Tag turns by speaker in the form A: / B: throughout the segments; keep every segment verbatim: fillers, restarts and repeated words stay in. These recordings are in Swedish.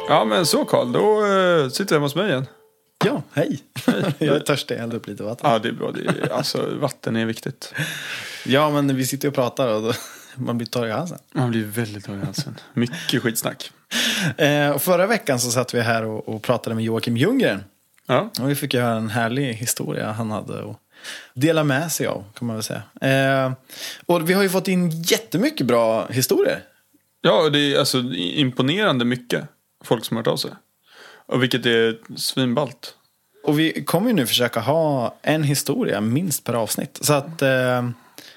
A: Ja, men så Carl, då uh, sitter jag hos mig igen.
B: Ja, hej. hej. Jag är törstig, jag hällde upp lite vatten.
A: Ja, det är bra. Det är, alltså, vatten är viktigt.
B: Ja, men vi sitter och pratar och då, man blir torr i halsen.
A: Man blir väldigt torr i halsen. Mycket skitsnack.
B: Eh, och förra veckan så satt vi här och, och pratade med Joakim Ljunggren.
A: Ja.
B: Och vi fick höra en härlig historia han hade att dela med sig av, kan man väl säga. Eh, och vi har ju fått in jättemycket bra historier.
A: Ja, och det är alltså imponerande mycket folk som har hört av sig. Och vilket är svinballt.
B: Och vi kommer ju nu försöka ha en historia minst per avsnitt. Så att eh,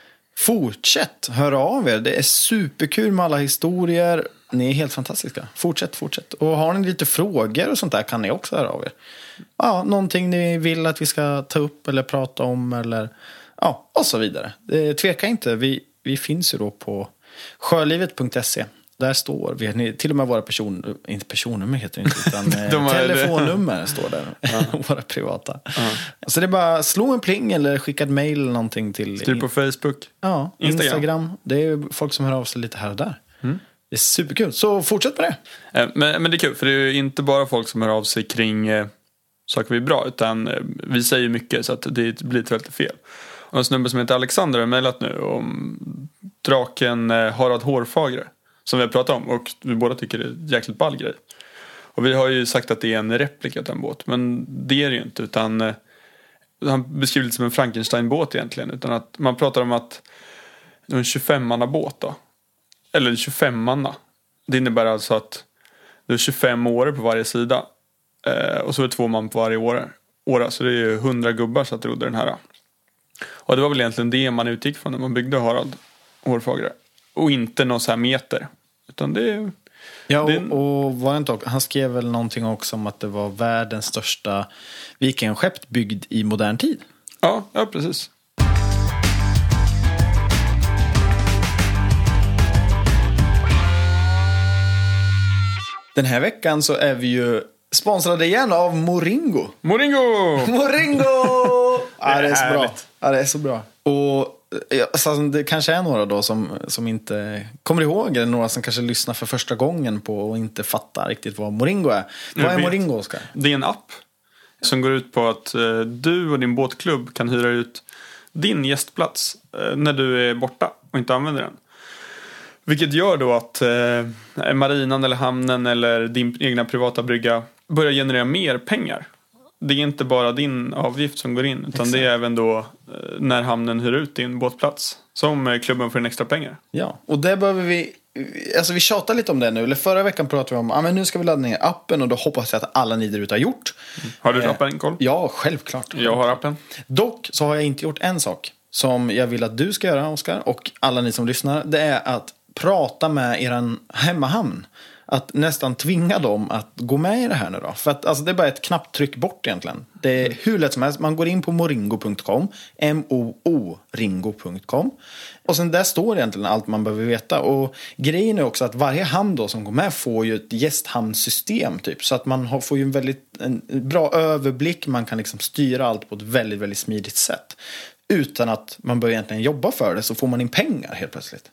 B: fortsätt höra av er. Det är superkul med alla historier. Ni är helt fantastiska. Fortsätt, fortsätt. Och har ni lite frågor och sånt där kan ni också höra av er. Ja, någonting ni vill att vi ska ta upp eller prata om eller ja, och så vidare. Eh, tveka inte. Vi, vi finns ju då på sjölivet punkt se. Där står vi, till och med våra person, inte personnummer heter det inte, utan De telefonnummer det. Står där. Ja. Våra privata. Ja. Så det är bara slå en pling eller skicka ett mail eller någonting till.
A: Skriv på Facebook.
B: Ja, Instagram. Instagram. Det är folk som hör av sig lite här och där. Mm. Det är superkul, så fortsätt med det.
A: Men, men det är kul, för det är inte bara folk som hör av sig kring eh, saker vi är bra, utan eh, vi säger mycket så att det blir väldigt fel. Och en snubbe som heter Alexander har mejlat nu om draken eh, Harald Hårfagre. Som vi har pratat om och vi båda tycker det är en jäkligt ball grej. Och vi har ju sagt att det är en replika av en båt. Men det är det ju inte, utan eh, han beskriver det som en Frankenstein-båt egentligen. Utan att man pratar om att det är en tjugofem-manna båt då. Eller en tjugofem-manna. Det innebär alltså att det är tjugofem år på varje sida. Eh, och så är det två man på varje år. Åra, så det är ju hundra gubbar så att det rodde den här. Och det var väl egentligen det man utgick från när man byggde Harald Hårfagre. Och inte någon så här meter. Utan det är...
B: Ja,
A: det...
B: och, och var inte, han skrev väl någonting också om att det var världens största vikingaskepp byggd i modern tid.
A: Ja, ja precis.
B: Den här veckan så är vi ju sponsrade igen av Moringo.
A: Moringo!
B: Moringo! Ja, det är så bra. Ja, det är så bra. Och alltså, det kanske är några då som, som inte kommer ihåg, eller några som kanske lyssnar för första gången på och inte fattar riktigt vad Moringo är. Vad är Moringo, Oskar?
A: Det är en app som går ut på att eh, du och din båtklubb kan hyra ut din gästplats eh, när du är borta och inte använder den. Vilket gör då att eh, marinan eller hamnen eller din egna privata brygga börjar generera mer pengar. Det är inte bara din avgift som går in, utan Exakt. Det är även då eh, när hamnen hyr ut din båtplats som eh, klubben får en extra pengar.
B: Ja, och det behöver vi, alltså vi tjatar lite om det nu. Eller förra veckan pratade vi om, ja ah, men nu ska vi ladda ner appen och då hoppas jag att alla ni där ute har gjort.
A: Mm. Har du eh, appen, Carl?
B: Ja, självklart.
A: Jag har appen.
B: Dock så har jag inte gjort en sak som jag vill att du ska göra, Oskar, och alla ni som lyssnar. Det är att prata med eran hemmahamn. Att nästan tvinga dem att gå med i det här nu då. För att alltså, det är bara ett knapptryck bort egentligen. Det är hur lätt som helst. Man går in på moringo punkt com. M O O ringo punkt com. Och sen där står egentligen allt man behöver veta. Och grejen är också att varje hamn då som går med får ju ett gästhamnsystem typ. Så att man har, får ju en väldigt en bra överblick. Man kan liksom styra allt på ett väldigt, väldigt smidigt sätt. Utan att man behöver egentligen jobba för det, så får man in pengar helt plötsligt.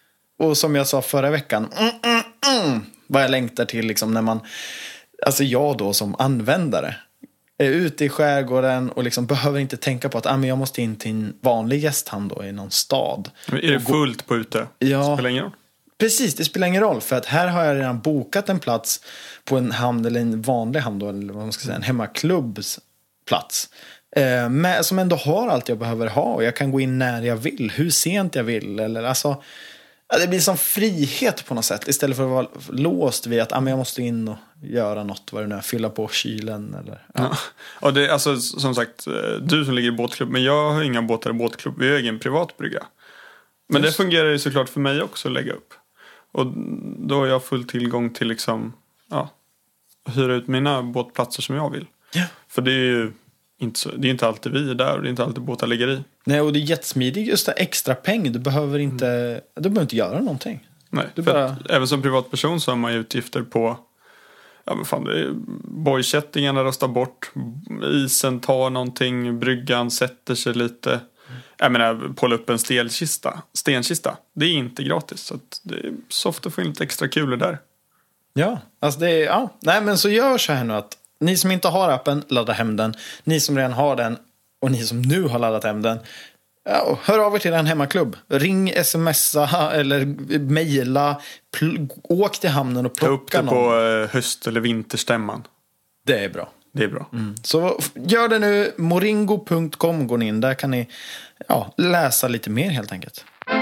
B: Och som jag sa förra veckan, mm, mm, mm, vad jag längtar till liksom när man, alltså jag då som användare är ute i skärgården och liksom behöver inte tänka på att ah, men jag måste in till en vanlig gästhamn då i någon stad.
A: Men är det fullt på ute?
B: Ja,
A: det spelar ingen roll.
B: Precis, det spelar ingen roll, för att här har jag redan bokat en plats på en hamn eller en vanlig hamn då, eller vad man ska säga, en hemmaklubbs plats. Eh, med, som ändå har allt jag behöver ha, och jag kan gå in när jag vill, hur sent jag vill, eller alltså ja, det blir som frihet på något sätt. Istället för att vara låst vid att ah, men jag måste in och göra något. Vad det nu är, fylla på kylen. Eller, ja. Ja.
A: Och det, alltså, som sagt, du som ligger i båtklubb. Men jag har inga båtar i båtklubb. Vi har ingen privat brygga. Men Just. Det fungerar ju såklart för mig också att lägga upp. Och då har jag full tillgång till liksom, ja, hyra ut mina båtplatser som jag vill.
B: Ja.
A: För det är ju inte, så, det är inte alltid vi är där och det är inte alltid båtar ligger i.
B: Nej, och det är jättesmidigt, just det, extra pengar. Du behöver inte, mm. du behöver inte göra någonting.
A: Nej,
B: du
A: för
B: bara...
A: att, även som privatperson så har man ju utgifter på, ja men fan, det är bojkättingarna röstar bort, isen tar någonting, bryggan sätter sig lite. Mm. Jag menar, påla upp en stelkista, stenkista, det är inte gratis. Så att det är soft att få in lite extra kulor där.
B: Ja, alltså det är, ja. Nej, men så gör så här nu att ni som inte har appen, ladda hem den. Ni som redan har den och ni som nu har laddat hem den, ja, hör av er till en hemmaklubb. Ring, smsa eller mejla. Pl- åk till hamnen och plocka någon. Ta upp det
A: på uh, höst- eller vinterstämman.
B: Det är bra.
A: Det är bra.
B: Mm. Så gör det nu. moringo punkt com går ni in. Där kan ni ja, läsa lite mer helt enkelt.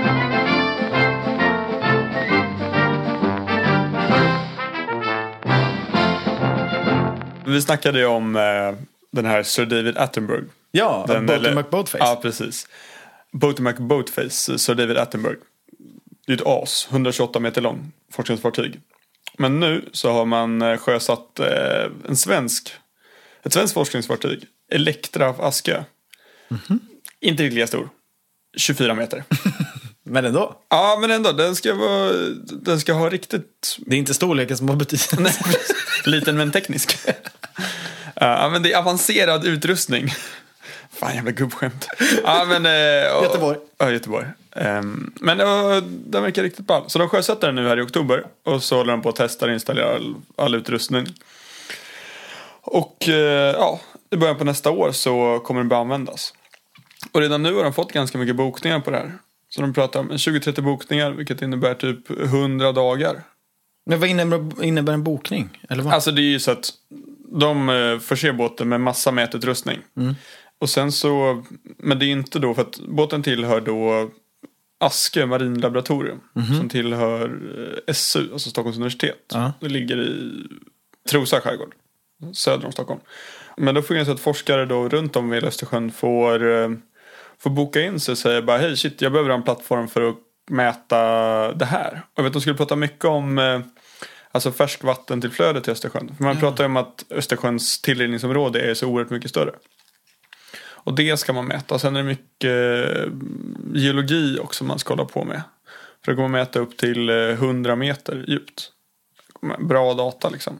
A: Vi snackade ju om eh, den här Sir David Attenborough.
B: Ja,
A: den,
B: Boaty Boatface.
A: Ja, precis. Boaty Boatface, Sir David Attenborough. Det är ett as, hundratjugoåtta meter lång forskningsfartyg. Men nu så har man sjösatt eh, en svensk, ett svenskt forskningsfartyg, Elektra av Askö. Mm-hmm. Inte riktigt lika stor, tjugofyra meter.
B: Men ändå?
A: Ja, men ändå, den ska, vara, den ska ha riktigt...
B: Det är inte storleken som har betydelse.
A: Nej, liten men teknisk. Ja, men det är avancerad utrustning. Fan, jävla gubbskämt. Ja, men... Uh,
B: Göteborg.
A: Ja, Göteborg. Um, men uh, den verkar riktigt ball. Så de sjösätter den nu här i oktober. Och så håller de på att testa och installera all, all utrustning. Och uh, ja, i början på nästa år så kommer den börja användas. Och redan nu har de fått ganska mycket bokningar på det här. Så de pratar om tjugo till trettio bokningar, vilket innebär typ hundra dagar.
B: Men vad innebär, innebär en bokning? Eller vad?
A: Alltså det är ju så att de förser båten med massa mätutrustning. Mm. Och sen så, men det är inte då för att båten tillhör då Askö marinlaboratorium. Mm-hmm. Som tillhör S U, alltså Stockholms universitet. Uh-huh. Det ligger i Trosa skärgård, söder om Stockholm. Men då fungerar det så att forskare då runt om i Östersjön får, får boka in sig och säga bara hej shit, jag behöver en plattform för att mäta det här. Och jag vet, de skulle prata mycket om alltså färskvatten till flödet till Östersjön. För man ja. pratar ju om att Östersjöns tillrinningsområde är så oerhört mycket större. Och det ska man mäta. Sen är det mycket geologi också man ska hålla på med. För det går att mäta upp till hundra meter djupt. Bra data liksom.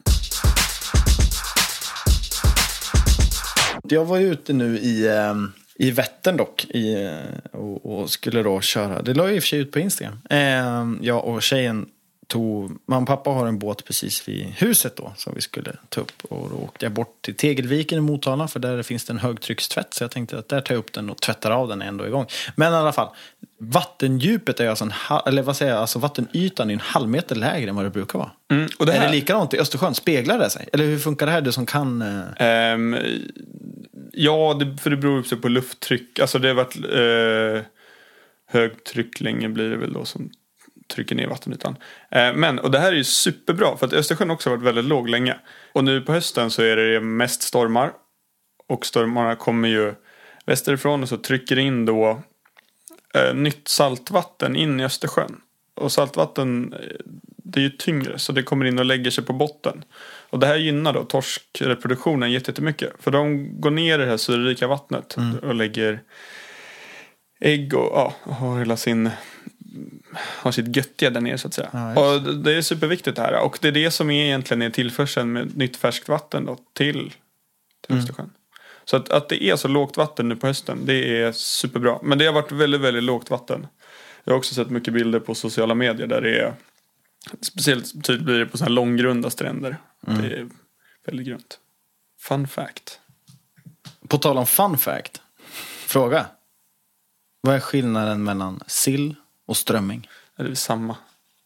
B: Jag var ju ute nu i, i Vättern dock i, och, och skulle då köra. Det la jag i och för sig ut på Instagram. Jag och tjejen tog, mamma och pappa har en båt precis vid huset då som vi skulle ta upp. Och då åkte jag bort till Tegelviken i Motala, för där finns det en högtryckstvätt. Så jag tänkte att där tar jag upp den och tvättar av den ändå igång. Men i alla fall, vattendjupet är alltså en, eller vad säger jag, alltså vattenytan är en halv meter lägre än vad det brukar vara. Mm, och det här... Är det likadant i Östersjön? Speglar det sig? Eller hur funkar det här, du som kan?
A: Um, ja, det, för det beror också på lufttryck. Alltså det har varit uh, högtryck länge blir det väl då som trycker ner vattenytan. Eh, men, och det här är ju superbra för att Östersjön också har varit väldigt låg länge. Och nu på hösten så är det mest stormar. Och stormarna kommer ju västerifrån och så trycker in då eh, nytt saltvatten in i Östersjön. Och saltvatten, det är ju tyngre så det kommer in och lägger sig på botten. Och det här gynnar då torskreproduktionen jättemycket. För de går ner i det här syrerika vattnet mm. och lägger ägg och ja, har hela sin... har sitt göttiga där nere så att säga. Ja, och det är superviktigt det här. Och det är det som är egentligen är tillförseln med nytt färskt vatten då till, till mm. Östersjön. Så att, att det är så lågt vatten nu på hösten, det är superbra. Men det har varit väldigt, väldigt lågt vatten. Jag har också sett mycket bilder på sociala medier där det är speciellt tydligt blir det på sådana här långgrunda stränder. Mm. Det är väldigt grunt. Fun fact.
B: På tal om fun fact. Fråga. Vad är skillnaden mellan sill och strömming?
A: Det är samma.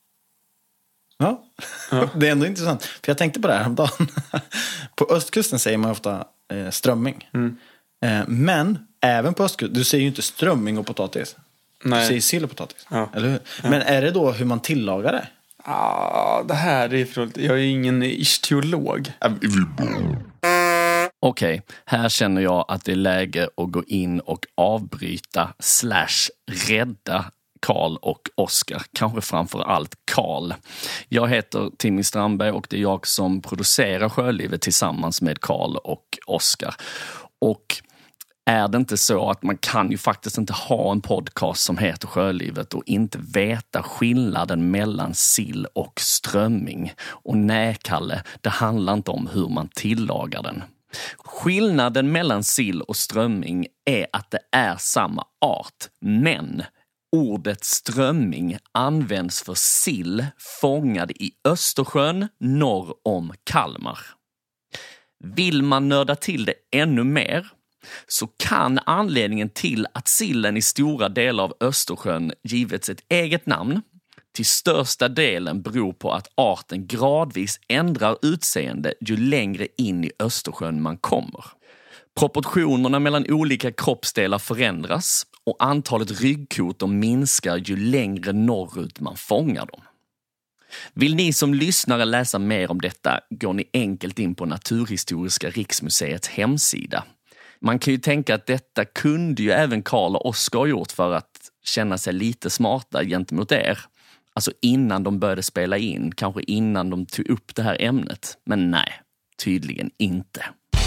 B: Ja, ja. Det är ändå intressant. För jag tänkte på det här om dagen. På östkusten säger man ofta eh, strömming. Mm. Eh, men även på östkusten, du säger ju inte strömming och potatis. Nej. Du säger sill och potatis. Ja. Eller hur? Ja. Men är det då hur man tillagar det?
A: Ja, ah, det här är för... Jag är ingen ischteolog.
C: Okej, okay, här känner jag att det är läge att gå in och avbryta slash rädda Karl och Oskar. Kanske framför allt Karl. Jag heter Timmy Strandberg och det är jag som producerar Sjölivet tillsammans med Karl och Oskar. Och är det inte så att man kan ju faktiskt inte ha en podcast som heter Sjölivet och inte veta skillnaden mellan sill och strömming. Och nej, Kalle, det handlar inte om hur man tillagar den. Skillnaden mellan sill och strömming är att det är samma art, men Ordet strömming används för sill fångad i Östersjön norr om Kalmar. Vill man nörda till det ännu mer så kan anledningen till att sillen i stora delar av Östersjön givits ett eget namn till största delen beror på att arten gradvis ändrar utseende ju längre in i Östersjön man kommer. Proportionerna mellan olika kroppsdelar förändras och antalet ryggkotor minskar ju längre norrut man fångar dem. Vill ni som lyssnare läsa mer om detta går ni enkelt in på Naturhistoriska riksmuseets hemsida. Man kan ju tänka att detta kunde ju även Karl och Oskar gjort för att känna sig lite smarta gentemot er. Alltså innan de började spela in, kanske innan de tog upp det här ämnet. Men nej, tydligen inte.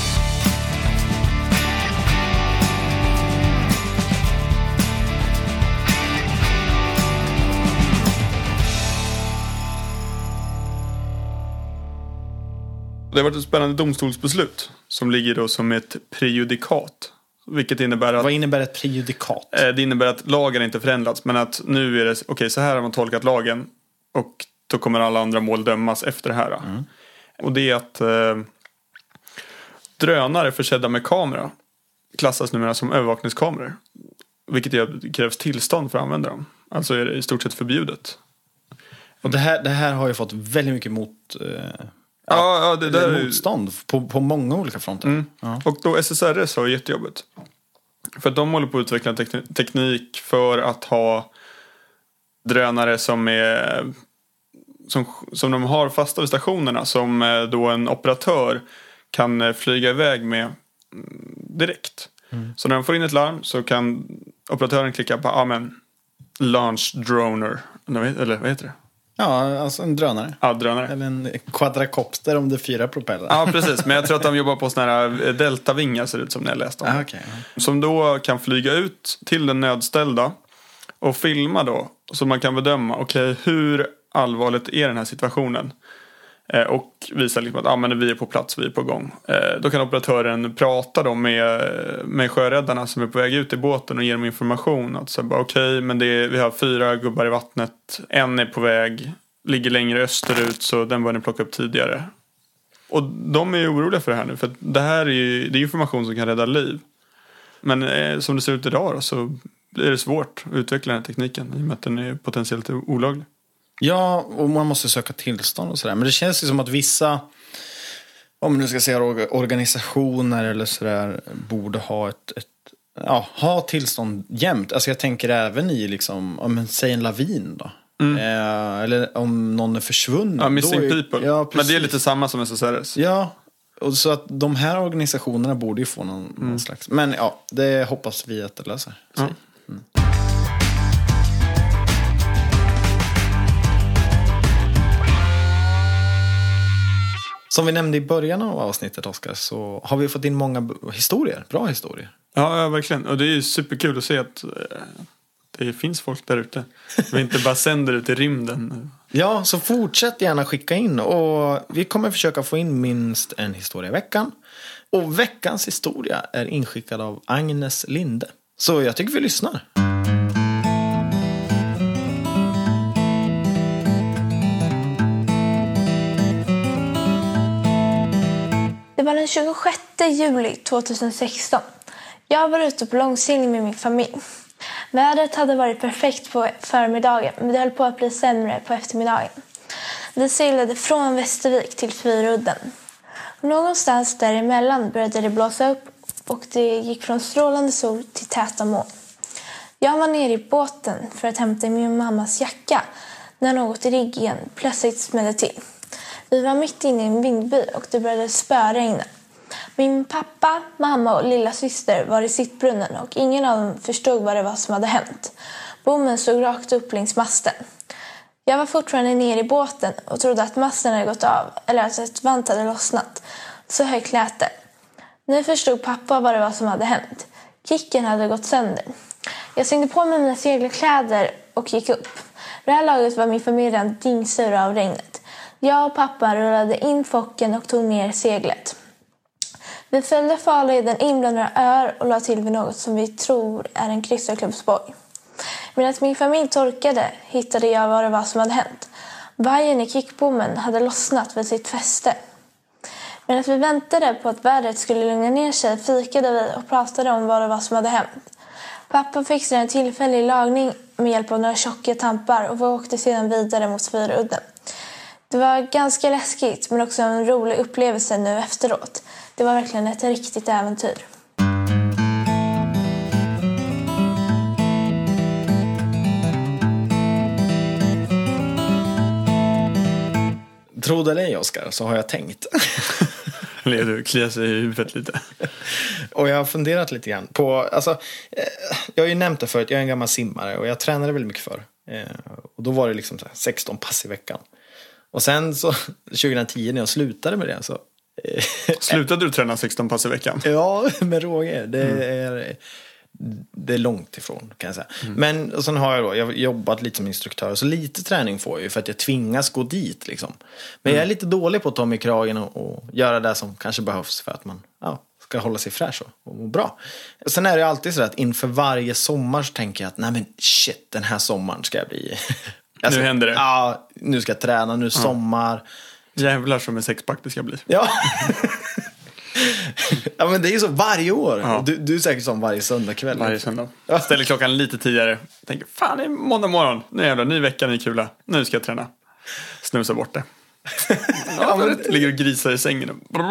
A: Det har varit ett spännande domstolsbeslut som ligger då som ett prejudikat. Vilket innebär att...
B: Vad innebär ett prejudikat?
A: Det innebär att lagen inte förändrats. Men att nu är det... Okej, okay, så här har man tolkat lagen. Och då kommer alla andra mål dömas efter det här. Mm. Och det är att eh, drönare försedda med kamera klassas numera som övervakningskameror. Vilket gör att det krävs tillstånd för att använda dem. Alltså är det i stort sett förbjudet.
B: Och det här, det här har ju fått väldigt mycket mot... Eh...
A: Ja, ja, det där är
B: motstånd på, på många olika fronter. Mm. Ja.
A: Och då S S R S har jättejobbet. För att de håller på att utveckla tekn- teknik för att ha drönare som är som, som de har fasta vid stationerna, som då en operatör kan flyga iväg med direkt. Mm. Så när de får in ett larm så kan operatören klicka på ah, men, launch droner, eller vad heter det?
B: Ja, alltså en drönare.
A: Ja, drönare.
B: Eller en quadrocopter om det är fyra propeller.
A: Ja, precis. Men jag tror att de jobbar på såna här deltavingar, ser det ut som när jag läste om
B: ah,
A: det.
B: okay.
A: Som då kan flyga ut till den nödställda och filma då. Så man kan bedöma, okej, okay, hur allvarligt är den här situationen? Eh, och visa liksom att ah, men vi är på plats, vi är på gång. Eh, då kan operatören prata då med, med sjöräddarna som är på väg ut i båten och ge dem information. Att säga, okej, okay, men det är, vi har fyra gubbar i vattnet. En är på väg, ligger längre österut, så den bör ni plocka upp tidigare. Och de är ju oroliga för det här nu. För det här är ju, det är information som kan rädda liv. Men eh, som det ser ut idag då, så är det svårt att utveckla den här tekniken. I och med att den är potentiellt olaglig.
B: Ja, och man måste söka tillstånd och sådär. Men det känns ju som att vissa, om nu ska säga organisationer eller sådär, borde ha ett, ett ja, ha tillstånd jämt. Alltså jag tänker även i liksom, om säg en lavin då. Mm. Eh, eller om någon är försvunnen.
A: Ja, missing
B: är,
A: people.
B: Ja,
A: men det är lite samma som S S R S.
B: Ja, och så att de här organisationerna borde ju få någon, mm. någon slags. Men ja, det hoppas vi att det löser.
A: Ja.
B: Mm. Som vi nämnde i början av avsnittet, Oskar, så har vi fått in många historier, bra historier.
A: Ja, ja, verkligen. Och det är ju superkul att se att det finns folk där ute. Vi inte bara sänder ut i rymden.
B: Ja, så fortsätt gärna skicka in. Och vi kommer försöka få in minst en historia i veckan. Och veckans historia är inskickad av Agnes Linde. Så jag tycker vi lyssnar.
D: Det var den tjugosjätte juli tjugohundrasexton. Jag var ute på långsilning med min familj. Vädret hade varit perfekt på förmiddagen, men det höll på att bli sämre på eftermiddagen. Vi seglade från Västervik till Fyrudden. Någonstans däremellan började det blåsa upp och det gick från strålande sol till täta moln. Jag var nere i båten för att hämta min mammas jacka när något i riggen plötsligt smällde till. Vi var mitt inne i en vindby och det började spöregna. Min pappa, mamma och lilla syster var i sittbrunnen och ingen av dem förstod vad det var som hade hänt. Bommen stod rakt upp längs masten. Jag var fortfarande nere i båten och trodde att masten hade gått av eller att ett vant hade lossnat. Så högt lät det. Nu förstod pappa vad det var som hade hänt. Kicken hade gått sönder. Jag slängde på mig mina segelkläder och gick upp. Det här laget var min familj redan dingsur av regnet. Jag och pappa rullade in focken och tog ner seglet. Vi följde farleden in bland några öar och la till vid något som vi tror är en kryssarklubbsboj. Medan min familj torkade hittade jag vad det var som hade hänt. Vajern i kickbommen hade lossnat vid sitt fäste. Medan vi väntade på att vädret skulle lugna ner sig fikade vi och pratade om vad det var som hade hänt. Pappa fixade en tillfällig lagning med hjälp av några tjocka tampar och vi åkte sedan vidare mot Fyraudden. Det var ganska läskigt men också en rolig upplevelse nu efteråt. Det var verkligen ett riktigt äventyr.
B: Tro det eller ej, Oskar, så har jag tänkt.
A: Du kliar sig i huvudet lite.
B: Och jag har funderat lite grann på, alltså, eh, jag har ju nämnt det förut, jag är en gammal simmare och jag tränade väldigt mycket för. Eh, och då var det liksom så här sexton pass i veckan. Och sen så, tjugohundratio när jag slutade med det så... Eh,
A: Slutade du träna sexton pass i veckan?
B: Ja, med råge. Det
A: mm.
B: är... Det är långt ifrån, kan jag säga. Mm. Men och sen har jag då, jag har jobbat lite som instruktör, så lite träning får jag ju för att jag tvingas gå dit liksom. Men mm. jag är lite dålig på att ta mig i kragen och, och göra det som kanske behövs för att man ja, ska hålla sig fräsch och, och må bra. Sen är det alltid så att inför varje sommar så tänker jag att nej men shit, den här sommaren ska jag bli... jag ska,
A: nu händer det.
B: Ja, nu ska jag träna, nu är sommar.
A: Jävlar som en sexpack det ska bli.
B: Ja. Ja, men det är ju så varje år.
A: Ja.
B: Du, du är säkert som varje söndag kväll.
A: Varje söndag. Jag ställer klockan lite tidigare. Tänker, fan det är måndag morgon. Nu jävlar, ny vecka, ny kula. Nu ska jag träna. Snusa bort det. Ja, men... Ligger och grisar i sängen.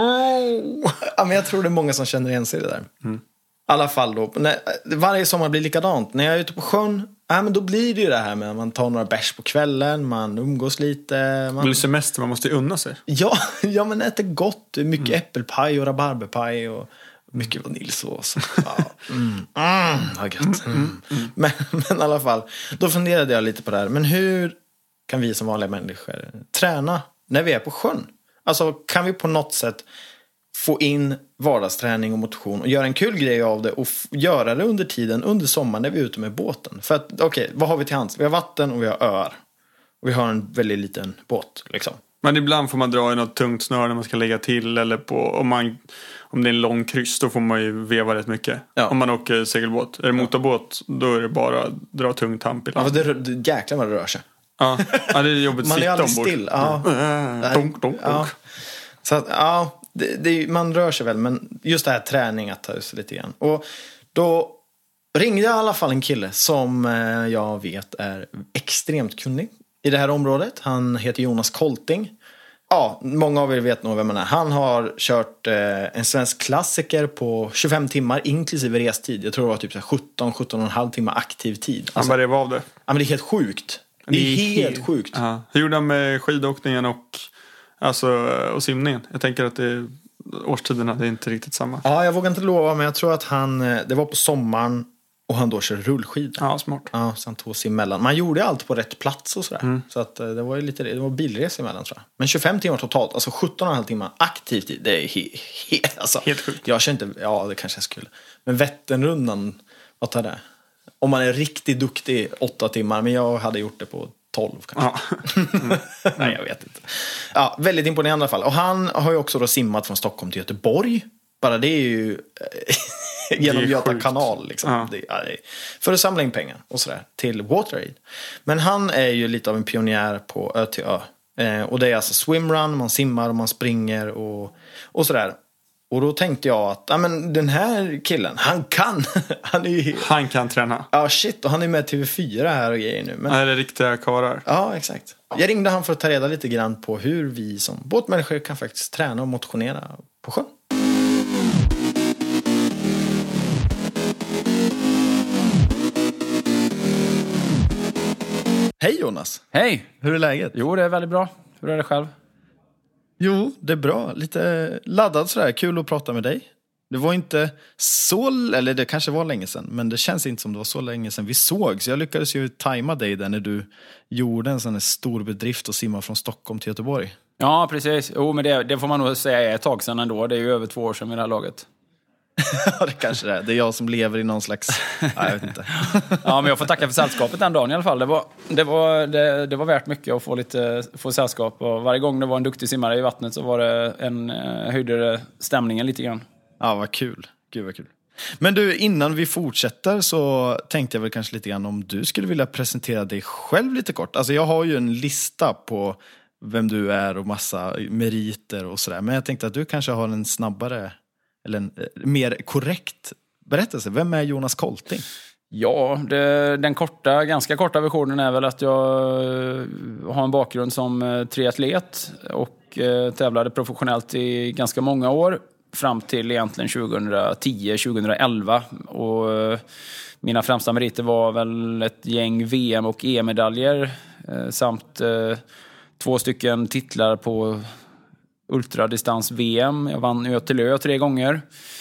B: Ja, men jag tror det är många som känner igen sig i det där. Mm. I alla fall då. När, varje sommar blir likadant. När jag är ute på sjön, ja, men då blir det ju det här med att man tar några bärs på kvällen. Man umgås lite. Man... Det
A: blir semester, man måste ju unna sig.
B: Ja, ja men äter gott. Mycket mm. äppelpaj och rabarberpaj och mycket vaniljsås. Ja. Mm. Mm, vad gött. Mm. Mm. Mm. Men, men i alla fall, då funderade jag lite på det här. Men hur kan vi som vanliga människor träna när vi är på sjön? Alltså, kan vi på något sätt få in vardagsträning och motion och göra en kul grej av det och f- göra det under tiden, under sommaren när vi är ute med båten? För att, okej, okay, vad har vi till hands? Vi har vatten och vi har öar. Och vi har en väldigt liten båt, liksom.
A: Men ibland får man dra i något tungt snöre när man ska lägga till. Eller på, om, man, om det är en lång kryss, då får man ju veva rätt mycket. Ja. Om man åker segelbåt. Är det motorbåt, då är det bara dra tung tamp i land.
B: Ja, det, det jäklar vad det rör sig.
A: Ja, ja det är jobbigt att sitta ombord. Man är aldrig
B: still. Ja.
A: Ja. Donk, donk,
B: ja.
A: donk.
B: Så att, ja, det, det, man rör sig väl. Men just det här träning att ta sig lite grann. Och då ringde jag i alla fall en kille som jag vet är extremt kunnig i det här området. Han heter Jonas Kolting. Ja, många av er vet nog vem han är. Han har kört eh, en svensk klassiker på tjugofem timmar inklusive restid. Jag tror det var typ sjutton sjutton och en halv timmar aktiv tid.
A: Han bara rev av det.
B: Ja, men det är helt sjukt. Det är, det är helt, helt sjukt.
A: Ja. Hur gjorde han med skidåkningen och, alltså, och simningen? Jag tänker att det, årstiderna det är inte riktigt samma.
B: Ja, jag vågar inte lova, men jag tror att han, det var på sommaren och han då kör rullskidor.
A: Ja, smart.
B: Ja, så han tog sig emellan. Man gjorde allt på rätt plats och sådär. Mm. Så att det var ju lite, det var bilresa emellan tror jag. Men tjugofem timmar totalt, alltså sjutton och en halv timmar aktivt tid. Det är he- he- alltså,
A: helt sjukt.
B: Jag känner inte, ja det kanske jag skulle. Men Vätternrundan, vad tar det? Om man är riktigt duktig åtta timmar, men jag hade gjort det på tolv kanske. Ja. Mm. Nej, jag vet inte. Ja, väldigt imponerande i alla fall. Och han har ju också då simmat från Stockholm till Göteborg. Bara det är ju genom Göta kanal liksom. Ja. Det, ja, det är, för att samla in pengar och sådär till WaterAid. Men han är ju lite av en pionjär på ö till ö. Eh, och det är alltså swimrun, man simmar och man springer och, och sådär. Och då tänkte jag att ja, men den här killen, han kan. han, är ju...
A: han kan träna.
B: Ja, shit. Och han är med T V fyra här och grejer nu. Men...
A: Ja, det är riktiga karar.
B: Ja, exakt. Jag ringde han för att ta reda lite grann på hur vi som båtmänniskor kan faktiskt träna och motionera på sjön. Hej Jonas.
E: Hej.
B: Hur är läget?
E: Jo, det är väldigt bra. Hur är det själv?
B: Jo, det är bra. Lite laddad sådär. Kul att prata med dig. Det var inte så, eller det kanske var länge sedan, men det känns inte som det var så länge sedan vi såg. Så jag lyckades ju tajma dig där när du gjorde en sån här stor bedrift och simma från Stockholm till Göteborg.
E: Ja, precis. Jo, men det, det får man nog säga är ett tag sedan ändå. Det är ju över två år sedan vid det här laget.
B: Ja, det kanske det är. Det är jag som lever i någon slags... Nej, jag vet inte.
E: Ja, men jag får tacka för sällskapet den dagen i alla fall. Det var, det var, det, det var värt mycket att få lite få sällskap. Och varje gång det var en duktig simmare i vattnet så var det en, höjde stämningen lite grann.
B: Ja, vad kul. Gud vad kul. Men du, innan vi fortsätter så tänkte jag väl kanske lite grann om du skulle vilja presentera dig själv lite kort. Alltså jag har ju en lista på vem du är och massa meriter och sådär. Men jag tänkte att du kanske har en snabbare eller en mer korrekt berättelse. Vem är Jonas Kolting?
E: Ja, det, den korta, ganska korta versionen är väl att jag har en bakgrund som triatlet och eh, tävlade professionellt i ganska många år. Fram till egentligen tjugohundratio tjugohundraelva. Och eh, mina främsta meriter var väl ett gäng V M- och E M-medaljer. Eh, samt eh, två stycken titlar på ultradistans-V M. Jag vann Ö till Ö tre gånger.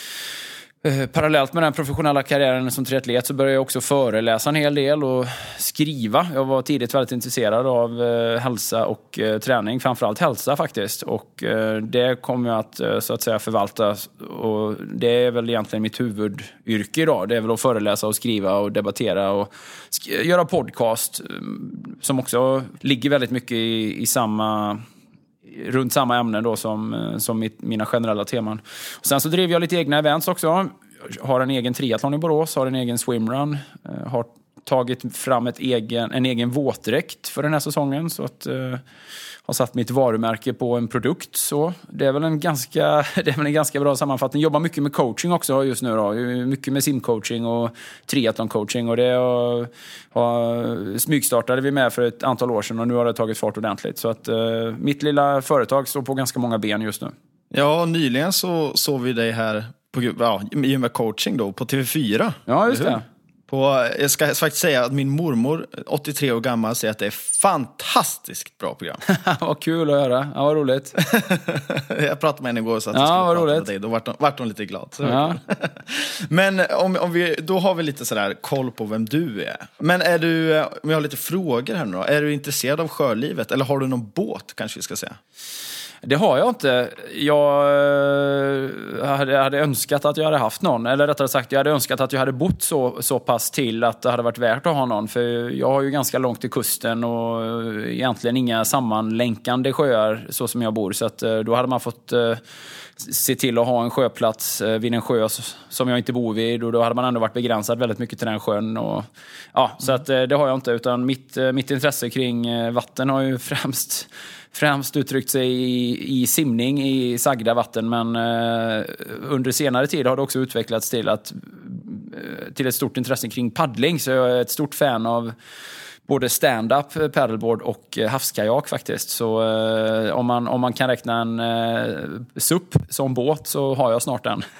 E: Eh, parallellt med den professionella karriären som triatlet så började jag också föreläsa en hel del och skriva. Jag var tidigt väldigt intresserad av eh, hälsa och eh, träning, framförallt hälsa faktiskt. Och eh, det kommer jag att eh, så att säga förvalta, och det är väl egentligen mitt huvudyrke idag. Det är väl att föreläsa och skriva och debattera och sk- göra podcast eh, som också ligger väldigt mycket i, i samma... runt samma ämnen då som, som mitt, mina generella teman. Och sen så driver jag lite egna events också. Jag har en egen triathlon i Borås, har en egen swimrun, har tagit fram ett egen, en egen våtdräkt för den här säsongen, så att uh, har satt mitt varumärke på en produkt. Så det är väl en ganska, det är väl en ganska bra sammanfattning. Jobbar mycket med coaching också just nu då. Mycket med simcoaching och triathlon-coaching, och det har, har smygstartade vi med för ett antal år sedan, och nu har det tagit fart ordentligt. Så att uh, mitt lilla företag står på ganska många ben just nu.
B: Ja, nyligen så såg vi dig här på, ja, i och med coaching då, på T V fyra.
E: Ja, just det.
B: På, jag ska faktiskt säga att min mormor, åttiotre år gammal, säger att det är fantastiskt bra program.
E: Vad kul att höra. Ja, vad roligt.
B: Jag pratade med henne igår så att
E: ja,
B: jag skulle
E: vad
B: prata
E: roligt.
B: med dig. Då vart hon, vart hon lite glad. Så
E: ja.
B: Men om, om vi, då har vi lite sådär koll på vem du är. Men är du, om jag har lite frågor här nu då. Är du intresserad av sjölivet? Eller har du någon båt, kanske vi ska säga?
E: Det har jag inte. Jag hade, hade önskat att jag hade haft någon. Eller rättare sagt, jag hade önskat att jag hade bott så, så pass till att det hade varit värt att ha någon. För jag har ju ganska långt till kusten och egentligen inga sammanlänkande sjöar så som jag bor. Så att då hade man fått se till att ha en sjöplats vid en sjö som jag inte bor vid. Och då hade man ändå varit begränsad väldigt mycket till den sjön. Och, ja, så att det har jag inte. Utan mitt, mitt intresse kring vatten har ju främst... Främst uttryckt sig i, i simning i sagda vatten, men eh, under senare tid har det också utvecklats till, att, eh, till ett stort intresse kring paddling. Så jag är ett stort fan av både stand-up, paddleboard och eh, havskajak faktiskt. Så eh, om, man, om man kan räkna en eh, S U P som båt så har jag snart en.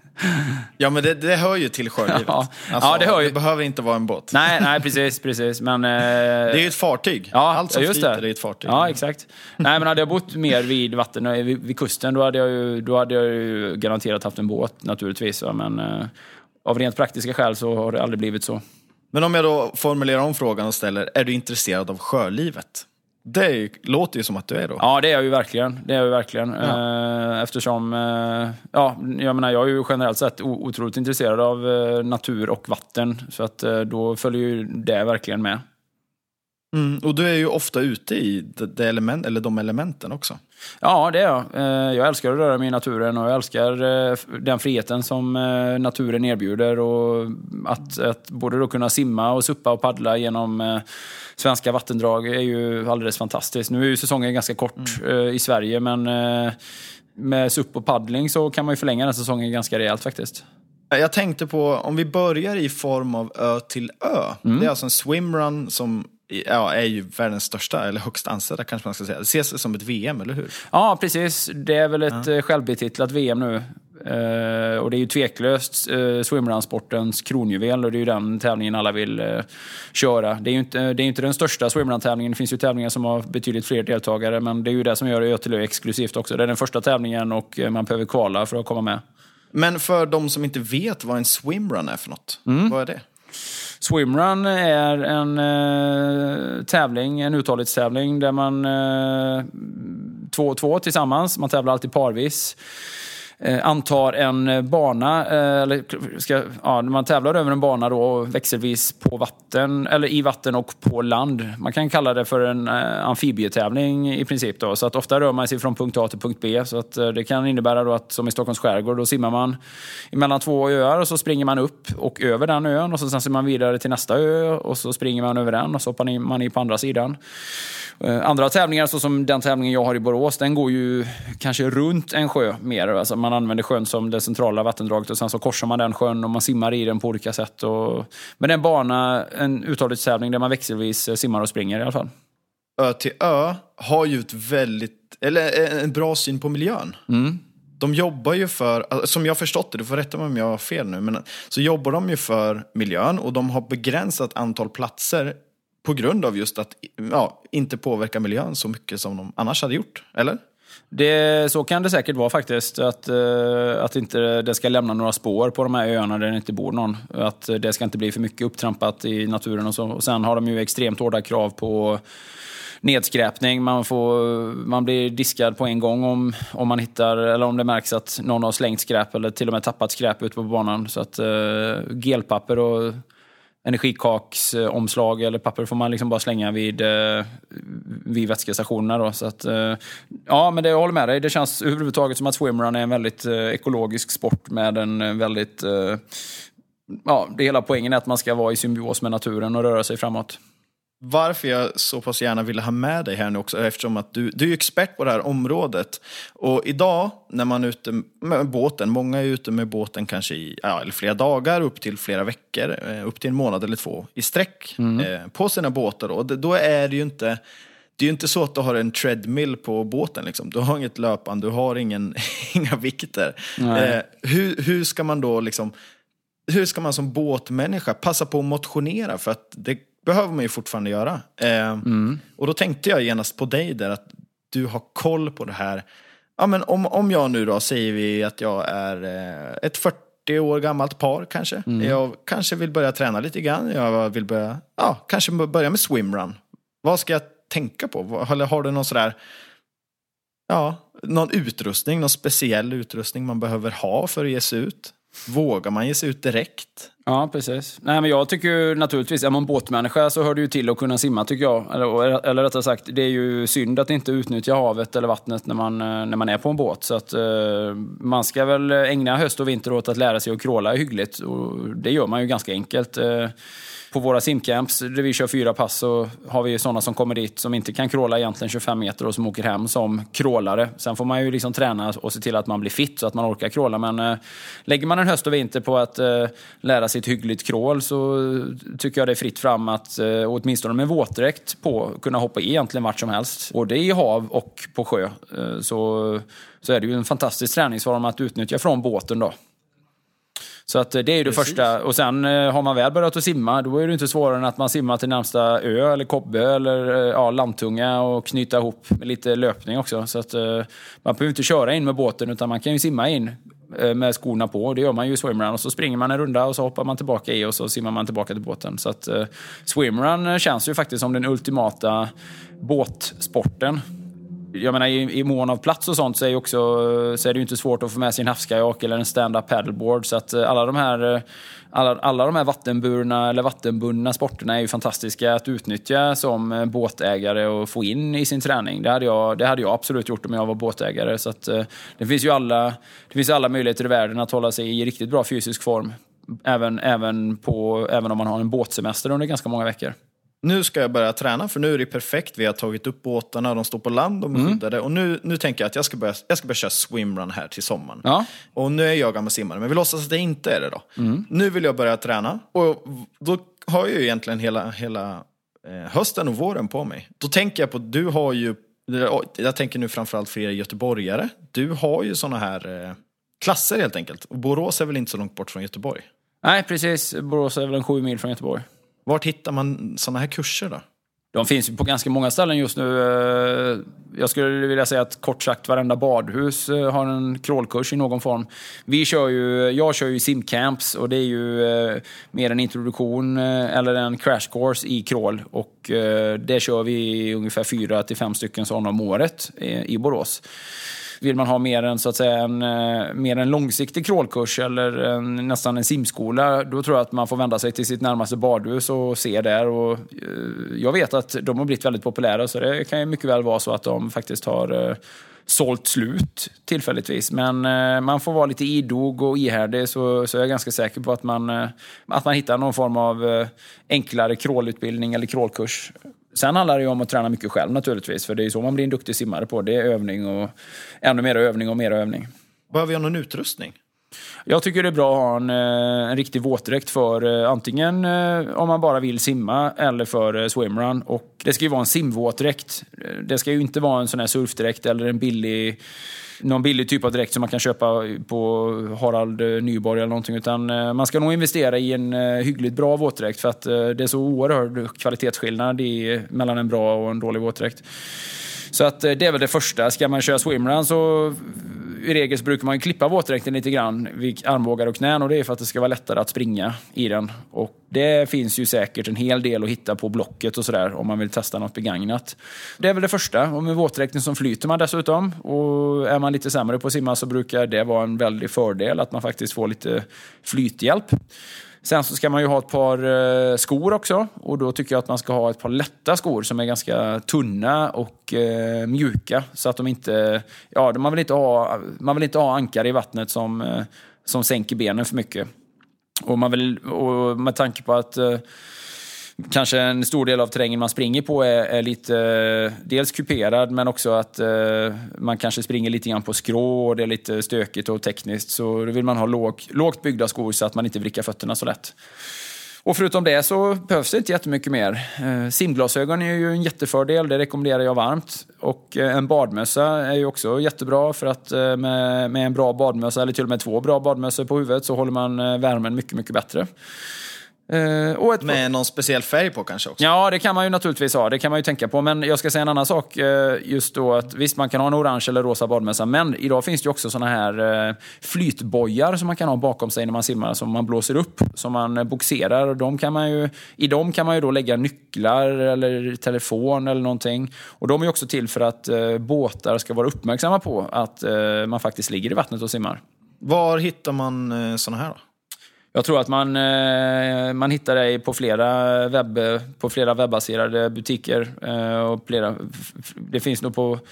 B: Ja, men det, det hör ju till sjölivet.
E: Ja.
B: Alltså,
E: Ja, det hör ju.
B: Det behöver inte vara en båt.
E: Nej, nej precis, precis. Men, eh,
B: det är ju ett fartyg.
E: Ja,
B: allt som
E: just
B: flyter
E: det.
B: är ett fartyg.
E: Ja, exakt. Nej, men hade jag bott mer vid vatten, vid, vid kusten, då hade jag ju, då hade jag ju garanterat haft en båt naturligtvis. Va? Men eh, av rent praktiska skäl så har det aldrig blivit så.
B: Men om jag då formulerar om frågan och ställer, är du intresserad av sjölivet? Det är, låter ju som att du är då.
E: Ja, det är jag ju verkligen. Det är jag ju verkligen.
B: Ja.
E: Eh, eftersom, eh, ja, jag menar, jag är ju generellt sett otroligt intresserad av eh, natur och vatten. Så att eh, då följer ju det verkligen med.
B: Mm, och du är ju ofta ute i det, det element, eller de elementen också.
E: Ja, det är jag. Eh, jag älskar att röra mig i naturen och jag älskar eh, den friheten som eh, naturen erbjuder. Och att, att både då kunna simma och suppa och paddla genom eh, svenska vattendrag är ju alldeles fantastiskt. Nu är ju säsongen ganska kort mm. eh, i Sverige, men eh, med supp och paddling så kan man ju förlänga den säsongen ganska rejält faktiskt.
B: Jag tänkte på, om vi börjar i form av ö till ö. Mm. Det är alltså en swimrun som ja, är ju världens största, eller högst ansedda kanske man ska säga. Det ses som ett V M, eller hur?
E: Ja, precis. Det är väl ett ja. självbetitlat V M nu. Uh, och det är ju tveklöst uh, swimrun-sportens kronjuvel, och det är ju den tävlingen alla vill uh, köra. Det är ju inte, det är inte den största swimrun-tävlingen. Det finns ju tävlingar som har betydligt fler deltagare, men det är ju det som gör Ö till Ö exklusivt också. Det är den första tävlingen och uh, man behöver kvala för att komma med.
B: Men för de som inte vet vad en swimrun är för något,
E: mm.
B: vad är det?
E: Swimrun är en eh, tävling, en uthållighetstävling där man eh, två och två tillsammans, man tävlar alltid parvis. eh, antar en bana, eh, eller ska, ja, man tävlar över en bana då växelvis på vatten, eller i vatten och på land. Man kan kalla det för en eh, amfibietävling i princip då, så att ofta rör man sig från punkt A till punkt B, så att eh, det kan innebära då att som i Stockholms skärgård, då simmar man emellan två öar och så springer man upp och över den ön och så sen ser man vidare till nästa ö och så springer man över den och så hoppar man i på andra sidan. Andra tävlingar, så som den tävlingen jag har i Borås, den går ju kanske runt en sjö mer. Alltså man använder sjön som det centrala vattendraget och sen så korsar man den sjön och man simmar i den på olika sätt. Och... Men det är en bana, en uthållighetstävling där man växelvis simmar och springer i alla fall.
B: Ö till Ö har ju ett väldigt, eller en bra syn på miljön.
E: Mm.
B: De jobbar ju för, som jag har förstått det, du får rätta mig om jag har fel nu, men så jobbar de ju för miljön och de har begränsat antal platser på grund av just att ja, inte påverka miljön så mycket som de annars hade gjort, eller?
E: Det, så kan det säkert vara faktiskt, att, att inte det ska lämna några spår på de här öarna där det inte bor någon. Att det ska inte bli för mycket upptrampat i naturen och så. Och sen har de ju extremt hårda krav på nedskräpning. Man, får, man blir diskad på en gång om, om man hittar, eller om det märks att någon har slängt skräp eller till och med tappat skräp ut på banan. Så att uh, gelpapper och energikaksomslag eller papper får man liksom bara slänga vid, eh, vid vätskestationerna då. Så att, eh, ja, men det, jag håller med dig. Det känns överhuvudtaget som att swimrun är en väldigt eh, ekologisk sport med en väldigt... Eh, ja, det hela poängen är att man ska vara i symbios med naturen och röra sig framåt.
B: Varför jag så pass gärna ville ha med dig här nu också, eftersom att du, du är expert på det här området. Och idag när man är ute med båten, många är ute med båten kanske i ja, eller flera dagar, upp till flera veckor, upp till en månad eller två i sträck mm. eh, på sina båtar. Och det, då är det ju inte, det är ju inte så att du har en treadmill på båten. Liksom. Du har inget löpande, du har ingen, inga vikter. Eh, hur, hur ska man då liksom, hur ska man som båtmänniska passa på att motionera? För att det behöver man ju fortfarande göra. Eh, mm. Och då tänkte jag genast på dig där, att du har koll på det här. Ja, men om, om jag nu då, säger vi att jag är eh, ett fyrtio år gammalt par kanske. Mm. Jag kanske vill börja träna lite grann. Jag vill börja, ja, kanske börja med swimrun. Vad ska jag tänka på? Eller har du någon sådär, ja, någon utrustning, någon speciell utrustning man behöver ha för att ge sig ut? Vågar man ge sig ut direkt?
E: Ja, precis. Nej, men jag tycker naturligtvis, är man båtmänniska så hör det ju till att kunna simma, tycker jag. Eller, eller rättare sagt, det är ju synd att inte utnyttja havet eller vattnet när man, när man är på en båt. Så att eh, man ska väl ägna höst och vinter åt att lära sig att kråla hyggligt. Och det gör man ju ganska enkelt. Eh, På våra simcamps där vi kör fyra pass så har vi sådana som kommer dit som inte kan kråla egentligen tjugofem meter och som åker hem som krålare. Sen får man ju liksom träna och se till att man blir fit så att man orkar kråla. Men eh, lägger man en höst och vinter på att eh, lära sig ett hyggligt krål så tycker jag det är fritt fram att eh, åtminstone med våtdräkt på kunna hoppa i egentligen vart som helst. Både i hav och på sjö. Eh, så, så är det ju en fantastisk träningsform att utnyttja från båten då. Så att det är ju det Precis. första. Och sen har man väl börjat att simma, då är det inte svårare än att man simmar till närmsta ö eller kobbe eller ja, landtunga och knyta ihop med lite löpning också. Så att man behöver inte köra in med båten utan man kan ju simma in med skorna på. Det gör man ju i swimrun och så springer man en runda och så hoppar man tillbaka i och så simmar man tillbaka till båten. Så att swimrun känns ju faktiskt som den ultimata båtsporten. Jag menar, i, i mån av plats och sånt så är, ju också, så är det ju inte svårt att få med sin havskajak eller en stand-up paddleboard. Så att alla de här, alla, alla de här vattenburna eller vattenbundna sporterna är ju fantastiska att utnyttja som båtägare och få in i sin träning. Det hade jag, det hade jag absolut gjort om jag var båtägare. Så att, det finns ju alla, det finns alla möjligheter i världen att hålla sig i riktigt bra fysisk form. Även, även, på, även om man har en båtsemester under ganska många veckor.
B: Nu ska jag börja träna för nu är det perfekt. Vi har tagit upp båtarna, de står på land, de är skyddade. Mm. Och nu, nu tänker jag att jag ska, börja, jag ska börja köra swimrun här till sommaren. Ja. Och nu är jag gammal simmare, men vi låtsas att det inte är det då. Mm. Nu vill jag börja träna. Och då har jag ju egentligen hela, hela eh, hösten och våren på mig. Då tänker jag på, du har ju, jag tänker nu framförallt för er göteborgare. Du har ju såna här eh, klasser helt enkelt. Och Borås är väl inte så långt bort från Göteborg?
E: Nej, precis. Borås är väl en sju mil från Göteborg.
B: Vart hittar man såna här kurser då?
E: De finns på ganska många ställen just nu. Jag skulle vilja säga att kort sagt varenda badhus har en crawlkurs i någon form. Vi kör ju, jag kör ju simcamps och det är ju mer en introduktion eller en crash course i crawl. Och det kör vi ungefär fyra till fem stycken sådana om året i Borås. Vill man ha mer en, så att säga, en, mer en långsiktig crawlkurs eller en, nästan en simskola, då tror jag att man får vända sig till sitt närmaste badhus och se där. Och, jag vet att de har blivit väldigt populära, så det kan ju mycket väl vara så att de faktiskt har sålt slut tillfälligtvis. Men eh, man får vara lite idog och ihärdig, så, så är jag ganska säker på att man, eh, att man hittar någon form av eh, enklare crawlutbildning eller crawlkurs. Sen handlar det ju om att träna mycket själv naturligtvis, för det är ju så man blir en duktig simmare på. Det är övning och ännu mer övning och mer övning.
B: Behöver vi ha någon utrustning?
E: Jag tycker det är bra att ha en, en riktig våtdräkt för antingen om man bara vill simma eller för swimrun. Och det ska ju vara en simvåtdräkt. Det ska ju inte vara en sån här surfdräkt eller en billig, någon billig typ av dräkt som man kan köpa på Harald Nyborg eller någonting. Utan man ska nog investera i en hyggligt bra våtdräkt, för att det är så oerhörd kvalitetsskillnad i, mellan en bra och en dålig våtdräkt. Så att det är väl det första. Ska man köra swimrun så i regel så brukar man ju klippa våtdräkten lite grann vid armbågar och knän, och det är för att det ska vara lättare att springa i den. Och det finns ju säkert en hel del att hitta på Blocket och sådär om man vill testa något begagnat. Det är väl det första. Och med våtdräkten som flyter man dessutom, och är man lite sämre på att simma så brukar det vara en väldig fördel att man faktiskt får lite flythjälp. Sen så ska man ju ha ett par skor också, och då tycker jag att man ska ha ett par lätta skor som är ganska tunna och eh, mjuka, så att de inte, ja, man vill inte ha, man vill inte ha ankare i vattnet som, eh, som sänker benen för mycket. Och man vill, och med tanke på att eh, kanske en stor del av terrängen man springer på är, är lite eh, dels kuperad, men också att eh, man kanske springer lite grann på skrå och det är lite stökigt och tekniskt, så då vill man ha låg, lågt byggda skor så att man inte vrickar fötterna så lätt. Och förutom det så behövs det inte jättemycket mer. Eh, simglasögon är ju en jättefördel, det rekommenderar jag varmt. Och eh, en badmössa är ju också jättebra, för att eh, med, med en bra badmössa, eller till och med två bra badmössor på huvudet, så håller man eh, värmen mycket, mycket bättre.
B: Uh, och ett med någon speciell färg på kanske också?
E: Ja, det kan man ju naturligtvis ha. Det kan man ju tänka på. Men jag ska säga en annan sak. Just då att visst, man kan ha en orange eller rosa badmössa. Men idag finns det ju också såna här flytbojar som man kan ha bakom sig när man simmar, som man blåser upp, som man boxerar. Och de kan man ju, i dem kan man ju då lägga nycklar eller telefon eller någonting. Och de är ju också till för att uh, båtar ska vara uppmärksamma på att uh, man faktiskt ligger i vattnet och simmar.
B: Var hittar man uh, såna här då?
E: Jag tror att man, man hittar det på flera, webb, på flera webbaserade butiker. Och flera, det finns nog på,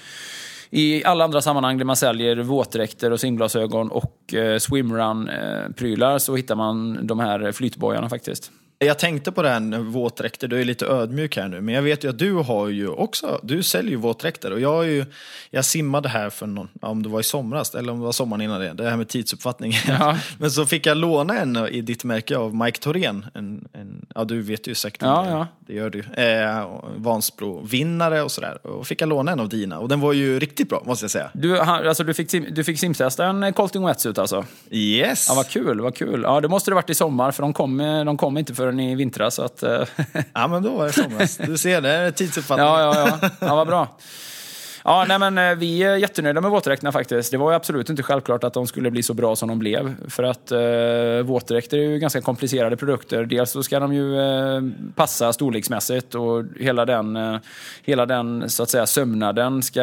E: i alla andra sammanhang där man säljer våtdräkter och simglasögon och swimrun-prylar, så hittar man de här flytbojarna faktiskt.
B: Jag tänkte på det här med våtdräkter, du är lite ödmjuk här nu, men jag vet ju att du har ju också, du säljer ju våtdräkter, och jag har ju, jag simmade här för någon, om det var i somras eller om det var sommaren innan det, det här med tidsuppfattning. Ja. Men så fick jag låna en i ditt märke av Mike Thorén, en, en, ja du vet ju säkert,
E: ja,
B: det,
E: ja.
B: det gör du, eh, Vansbro-vinnare och sådär, och fick jag låna en av dina, och den var ju riktigt bra, måste jag säga.
E: Du, alltså, du fick, du fick simtesta en Colting Wetsuit alltså?
B: Yes!
E: Ja, vad kul, vad kul. Ja, det måste det varit i sommar, för de kom, de kom inte för i vintras, så att
B: ja, men då var det somras. Du ser, det är tidsuppfattning.
E: Ja, ja, ja. Ja, vad bra. Ja, nej, men vi är jättenöjda med våtdräkterna faktiskt. Det var ju absolut inte självklart att de skulle bli så bra som de blev. För att eh, våtdräkter är ju ganska komplicerade produkter. Dels så ska de ju eh, passa storleksmässigt, och hela den, eh, hela den så att säga sömnaden ska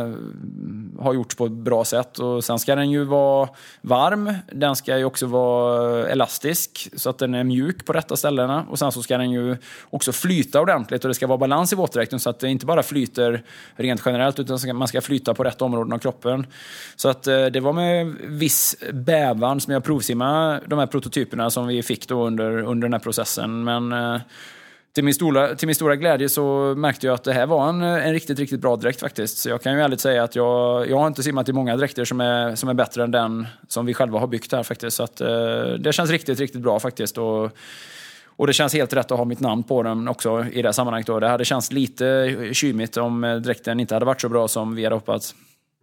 E: ha gjorts på ett bra sätt. Och sen ska den ju vara varm. Den ska ju också vara elastisk så att den är mjuk på rätta ställena. Och sen så ska den ju också flyta ordentligt, och det ska vara balans i våtdräkten så att det inte bara flyter rent generellt, utan man ska flytta på rätt områden av kroppen. Så att eh, det var med viss bävan som jag provsimmade de här prototyperna som vi fick då under, under den här processen. Men eh, till, min stora, till min stora glädje så märkte jag att det här var en, en riktigt, riktigt bra dräkt faktiskt. Så jag kan ju ärligt säga att jag, jag har inte simmat i många dräkter som är, som är bättre än den som vi själva har byggt här faktiskt. Så att eh, det känns riktigt, riktigt bra faktiskt. Och Och det känns helt rätt att ha mitt namn på den också i det här sammanhanget. Då. Det hade känts lite kymigt om dräkten inte hade varit så bra som vi hade hoppats.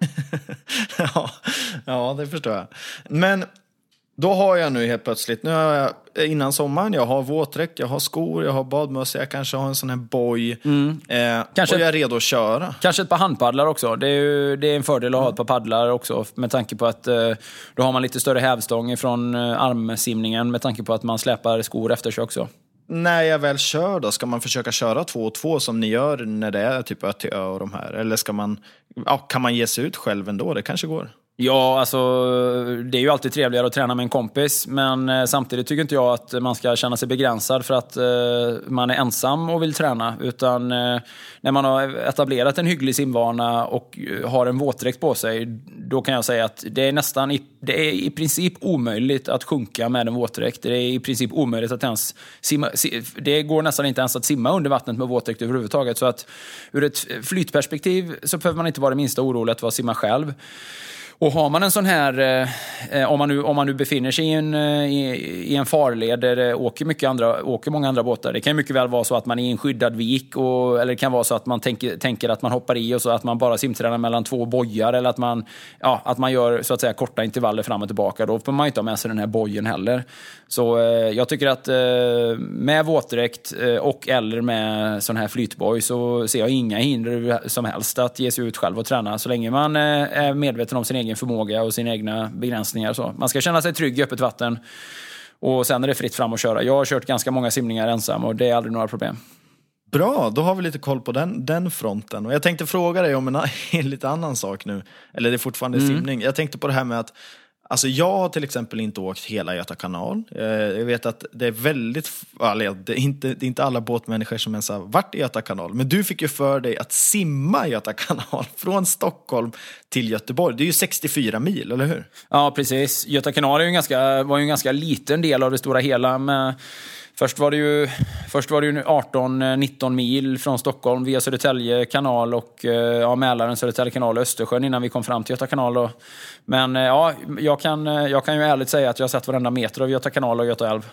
B: ja, ja, det förstår jag. Men då har jag nu helt plötsligt, nu har jag innan sommaren, jag har våtdräkt, jag har skor, jag har badmössa, jag kanske har en sån här boj. Mm. Eh, kanske, och jag är redo att köra.
E: Kanske ett par handpaddlar också. Det är, ju, det är en fördel att mm. ha ett par paddlar också, med tanke på att eh, då har man lite större hävstång från eh, armsimningen, med tanke på att man släpar skor efter sig också.
B: när jag väl kör då, ska man försöka köra två och två som ni gör när det är typ ö till ö och de här? Eller ska man, ja, kan man ge sig ut själv ändå? Det kanske går.
E: Ja, alltså det är ju alltid trevligare att träna med en kompis, men eh, samtidigt tycker inte jag att man ska känna sig begränsad för att eh, man är ensam och vill träna, utan eh, när man har etablerat en hygglig simvana och har en våtdräkt på sig, då kan jag säga att det är nästan i, det är i princip omöjligt att sjunka med en våtdräkt. Det är i princip omöjligt att ens simma, det går nästan inte ens att simma under vattnet med våtdräkt överhuvudtaget, så att ur ett flytperspektiv så behöver man inte vara det minsta orolig att vara simma själv. Och har man en sån här, eh, om, man nu, om man nu befinner sig i en, i, i en farled där det åker, mycket andra, åker många andra båtar. Det kan mycket väl vara så att man är i en skyddad vik, och, eller det kan vara så att man tänker, tänker att man hoppar i och så att man bara simtränar mellan två bojar, eller att man, ja, att man gör så att säga korta intervaller fram och tillbaka. Då får man inte ha med sig den här bojen heller. Så eh, jag tycker att eh, med våtdräkt eh, och eller med sån här flytboj så ser jag inga hinder som helst att ge sig ut själv och träna, så länge man eh, är medveten om sin egen förmåga och sina egna begränsningar. Så man ska känna sig trygg i öppet vatten, och sen är det fritt fram att köra. Jag har kört ganska många simningar ensam och det är aldrig några problem.
B: Bra, då har vi lite koll på den, den fronten. Och jag tänkte fråga dig om en, en lite annan sak nu. Eller det är fortfarande mm. simning. Jag tänkte på det här med att alltså jag har till exempel inte åkt hela Göta kanal. Jag vet att det är väldigt, alltså det är inte, det är inte alla båtmänniskor som ens har varit i Göta kanal. Men du fick ju för dig att simma Göta kanal från Stockholm till Göteborg. Det är ju sextiofyra mil, eller hur?
E: Ja, precis. Göta kanal är ju en ganska, var ju en ganska liten del av det stora hela. Med, först var det ju, först var det ju arton nitton mil från Stockholm via Södertälje kanal och ja, Mälaren, Södertälje kanal och Östersjön innan vi kom fram till Göta kanal. Då. Men ja, jag kan, jag kan ju ärligt säga att jag har sett varenda meter av Göta kanal och Göta älv.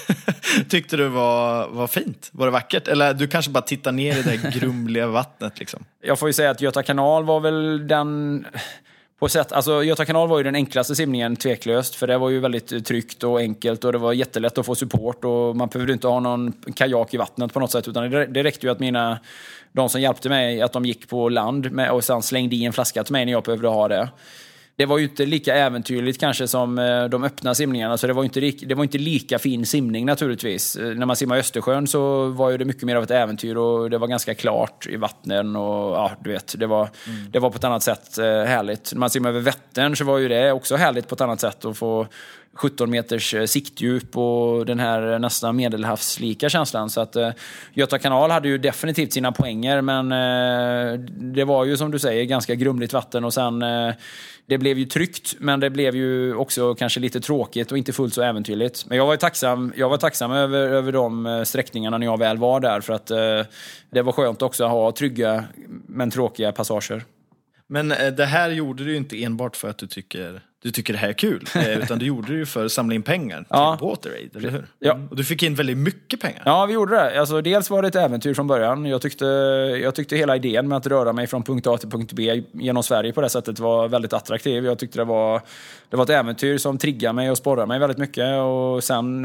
B: Tyckte du var, var fint? Var det vackert? Eller du kanske bara tittar ner i det grumliga vattnet liksom?
E: Jag får ju säga att Göta kanal var väl den... På sätt, alltså Göta kanal var ju den enklaste simningen tveklöst, för det var ju väldigt tryggt och enkelt och det var jättelätt att få support och man behövde inte ha någon kajak i vattnet på något sätt, utan det, det räckte ju att mina, de som hjälpte mig, att de gick på land med, och sen slängde i en flaska till mig när jag behövde ha det. Det var ju inte lika äventyrligt kanske som de öppna simningarna, så det var inte, det var inte lika fin simning naturligtvis. När man simmar i Östersjön så var ju det mycket mer av ett äventyr och det var ganska klart i vattnen och ja, du vet, det var, mm. det var på ett annat sätt härligt. När man simmar över Vättern så var ju det också härligt på ett annat sätt att få sjutton meters siktdjup och den här nästan medelhavslika känslan. Så att eh, Göta kanal hade ju definitivt sina poänger, men eh, det var ju som du säger ganska grumligt vatten och sen eh, det blev ju tryggt, men det blev ju också kanske lite tråkigt och inte fullt så äventyrligt. Men jag var ju tacksam, jag var tacksam över, över de sträckningarna när jag väl var där, för att eh, det var skönt också att ha trygga men tråkiga passager.
B: Men eh, det här gjorde du inte enbart för att du tycker du tycker det här är kul, eh, utan du gjorde det ju för att samla in pengar till
E: ja.
B: WaterAid, eller hur?
E: Ja.
B: Och du fick in väldigt mycket pengar.
E: Ja, vi gjorde det. Alltså, dels var det ett äventyr från början. Jag tyckte, jag tyckte hela idén med att röra mig från punkt A till punkt B genom Sverige på det sättet var väldigt attraktiv. Jag tyckte det var, det var ett äventyr som triggade mig och sporrade mig väldigt mycket. Och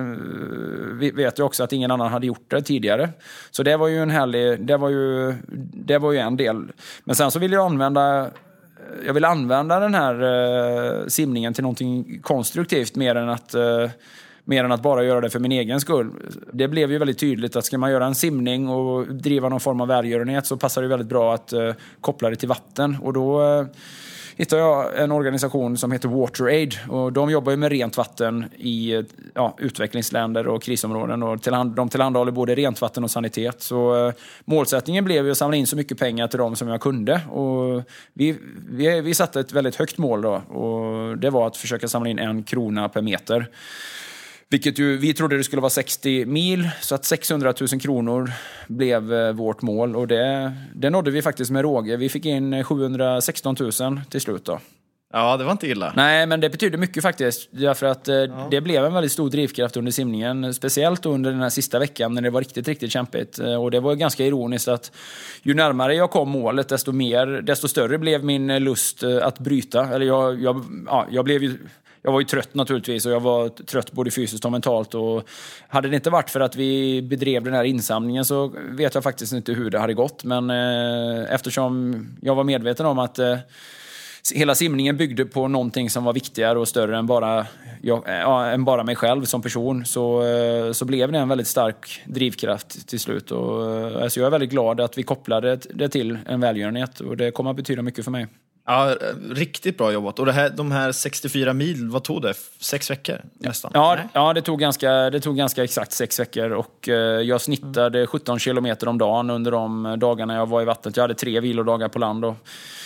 E: sen vet jag också att ingen annan hade gjort det tidigare. Så det var ju en härlig, det var ju, det var ju en del. Men sen så ville jag använda Jag vill använda den här eh, simningen till någonting konstruktivt mer än att eh, mer än att bara göra det för min egen skull. Det blev ju väldigt tydligt att ska man göra en simning och driva någon form av välgörenhet så passar det väldigt bra att eh, koppla det till vatten. Och då eh, hittade jag en organisation som heter WaterAid och de jobbar ju med rent vatten i ja, utvecklingsländer och krisområden och tillhand- de tillhandahåller både rent vatten och sanitet. Så eh, målsättningen blev ju att samla in så mycket pengar till dem som jag kunde och vi, vi, vi satte ett väldigt högt mål då och det var att försöka samla in en krona per meter. Vilket ju, vi trodde det skulle vara sextio mil, så att sexhundratusen kronor blev eh, vårt mål. Och det, det nådde vi faktiskt med råge. Vi fick in sjuhundrasextontusen till slut då.
B: Ja, det var inte illa.
E: Nej, men det betyder mycket faktiskt. Därför att eh, ja. det blev en väldigt stor drivkraft under simningen. Speciellt under den här sista veckan när det var riktigt, riktigt kämpigt. Och det var ganska ironiskt att ju närmare jag kom målet, desto mer, desto större blev min lust att bryta. Eller jag, jag, ja, jag blev ju... Jag var ju trött naturligtvis och jag var trött både fysiskt och mentalt och hade det inte varit för att vi bedrev den här insamlingen så vet jag faktiskt inte hur det hade gått, men eh, eftersom jag var medveten om att eh, hela simningen byggde på någonting som var viktigare och större än bara, jag, ja, än bara mig själv som person. Så, så blev det en väldigt stark drivkraft till slut. Och, alltså jag är väldigt glad att vi kopplade det till en välgörenhet. Och det kommer att betyda mycket för mig.
B: Ja, riktigt bra jobbat. Och det här, de här sextiofyra mil, vad tog det? Sex veckor nästan?
E: Ja, ja det, tog ganska, det tog ganska exakt sex veckor. Och eh, jag snittade sjutton kilometer om dagen under de dagarna jag var i vattnet. Jag hade tre vilodagar på land. Och,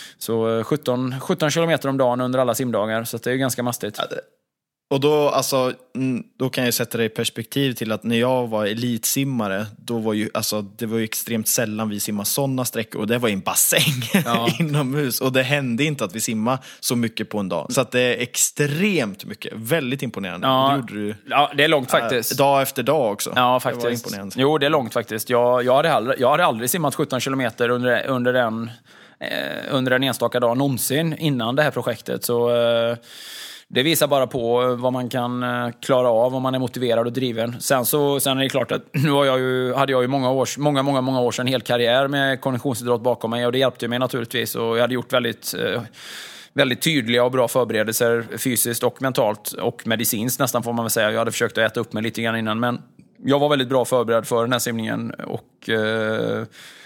E: så sjutton, sjutton kilometer om dagen under alla simdagar. Så det är ganska mastigt.
B: Ja, det... Och då, alltså, då kan jag sätta det i perspektiv till att när jag var elitsimmare, då var ju, alltså, det var ju extremt sällan vi simmade sådana sträckor. Och det var i en bassäng ja. inomhus. Och det hände inte att vi simmade så mycket på en dag. Så att det är extremt mycket. Väldigt imponerande.
E: Ja,
B: det gjorde du,
E: ja det är långt faktiskt.
B: Äh, dag efter dag också.
E: Ja, faktiskt.
B: Det var imponerande.
E: Jo, det är långt faktiskt. Jag, jag, hade, aldrig, jag hade aldrig simmat sjutton kilometer under, under, en, eh, under en enstaka dag någonsin innan det här projektet. Så... Eh, Det visar bara på vad man kan klara av om man är motiverad och driven. Sen, så, sen är det klart att nu har jag ju, hade jag ju många, års, många, många, många år sedan en hel karriär med konditionsidrott bakom mig. Och det hjälpte mig naturligtvis. Och jag hade gjort väldigt, väldigt tydliga och bra förberedelser fysiskt och mentalt. Och medicinskt nästan får man väl säga. Jag hade försökt att äta upp mig lite grann innan. Men jag var väldigt bra förberedd för den här simningen. Och... Eh,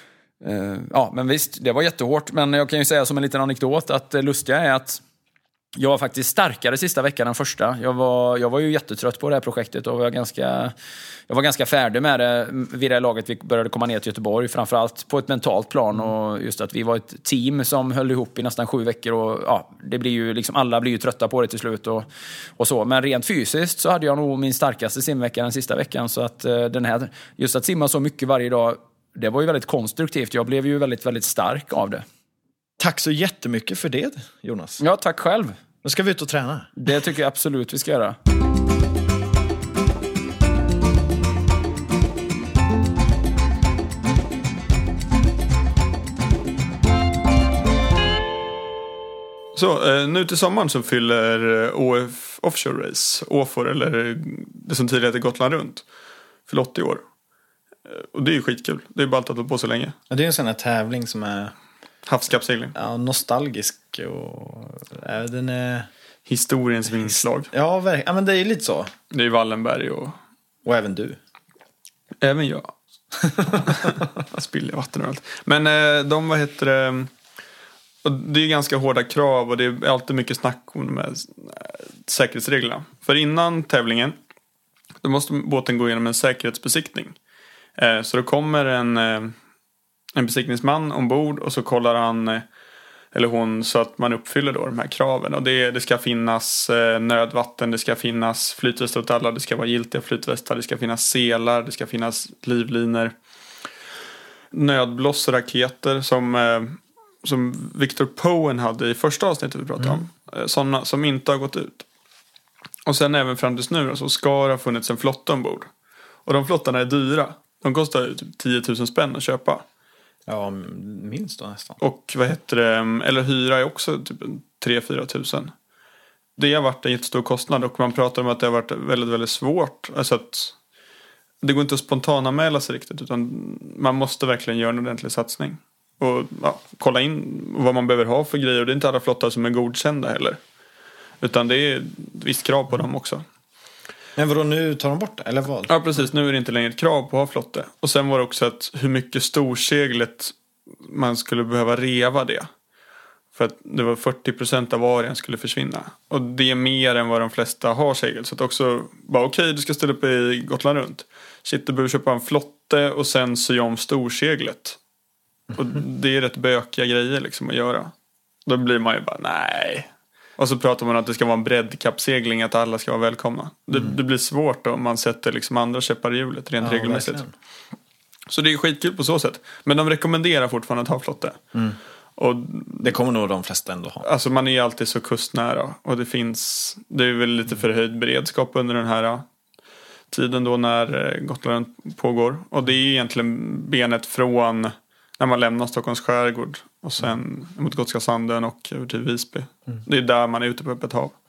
E: eh, ja, men visst, det var jättehårt. Men jag kan ju säga som en liten anekdot att det lustiga är att jag var faktiskt starkare sista veckan än första. Jag var, jag var ju jättetrött på det här projektet och var ganska, jag var ganska färdig med det vid det laget vi började komma ner till Göteborg. Framförallt på ett mentalt plan och just att vi var ett team som höll ihop i nästan sju veckor. Och ja, det blir ju liksom, alla blir ju trötta på det till slut och, och så. Men rent fysiskt så hade jag nog min starkaste simvecka den sista veckan. Så att den här, just att simma så mycket varje dag, det var ju väldigt konstruktivt. Jag blev ju väldigt, väldigt stark av det.
B: Tack så jättemycket för det, Jonas.
E: Ja, tack själv.
B: Nu ska vi ut och träna.
E: Det tycker jag absolut vi ska göra.
A: Så, nu till sommaren så fyller Å F Offshore Race, Å F O R, eller det som tidigare heter Gotland runt, för åttio år. Och det är ju skitkul. Det är bara allt att hålla på så länge.
B: Ja, det är en sån här tävling som är...
A: Havskappsegling.
B: Ja, nostalgisk och... Ja, den är...
A: Historiens vingslag.
B: Ja, verkligen. Ja, men det är lite så.
A: Det är Wallenberg och...
B: Och även du.
A: Även jag. Jag spiller vatten och allt. Men de, vad heter det... Och det är ganska hårda krav och det är alltid mycket snack om de här säkerhetsreglerna. För innan tävlingen då måste båten gå igenom en säkerhetsbesiktning. Så då kommer en, en besiktningsman ombord och så kollar han eller hon så att man uppfyller då de här kraven. Och det, det ska finnas nödvatten, det ska finnas flytvästar åt alla, det ska vara giltiga flytvästar, det ska finnas selar, det ska finnas livlinor, nödblås och raketer som... som Victor Poen hade i första avsnittet vi pratade mm. om. Sådana som inte har gått ut. Och sen även fram tills nu så ska det ha funnits en flotta ombord. Och de flottarna är dyra. De kostar ju typ tio tusen spänn att köpa.
B: Ja, minst då nästan.
A: Och vad heter det? Eller hyra är också typ tre till fyra tusen. Det har varit en jättestor kostnad. Och man pratar om att det har varit väldigt, väldigt svårt. Alltså att det går inte att spontananmäla sig riktigt. Utan man måste verkligen göra en ordentlig satsning. Och ja, kolla in vad man behöver ha för grejer. Och det är inte alla flottar som är godkända heller. Utan det är ett visst krav på dem också.
B: Men vadå, nu tar de bort det? Eller vad?
A: Ja, precis. Nu är det inte längre ett krav på att ha flotte. Och sen var det också att hur mycket storseglet man skulle behöva reva det. För att det var fyrtio procent av arean skulle försvinna. Och det är mer än vad de flesta har segel. Så att också, bara okej, okay, du ska ställa upp i Gotland runt. Shit, du behöver köpa en flotte och sen sy om storseglet. Och det är rätt bökiga grejer liksom att göra. Då blir man ju bara, nej. Och så pratar man om att det ska vara en breddkappsegling, att alla ska vara välkomna. Det, mm. det blir svårt om man sätter liksom andra käppar i hjulet rent ja, regelmässigt. Verkligen. Så det är skitkul på så sätt. Men de rekommenderar fortfarande att ha flotte. Mm. Och
B: det kommer nog de flesta ändå ha.
A: Alltså man är ju alltid så kustnära. Och det finns, det är väl lite förhöjd beredskap under den här tiden då när Gotland pågår. Och det är egentligen benet från... när man lämnar Stockholms skärgård och sen mm. mot Gotska Sandön och över till Visby. Mm. Det är där man är ute på öppet hav.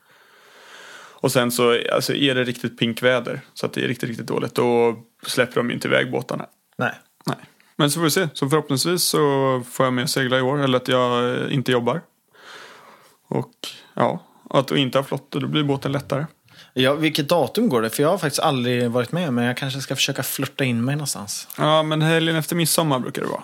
A: Och sen så alltså, är det riktigt pinkväder. Så att det är riktigt, riktigt dåligt. Då släpper de inte iväg båtarna.
B: Nej.
A: Nej. Men så får vi se. Så förhoppningsvis så får jag med segla i år. Eller att jag inte jobbar. Och ja, att inte ha flottor, då blir båten lättare.
B: Ja, vilket datum går det? För jag har faktiskt aldrig varit med, men jag kanske ska försöka flirta in mig någonstans.
A: Ja, men helgen efter midsommar brukar det vara.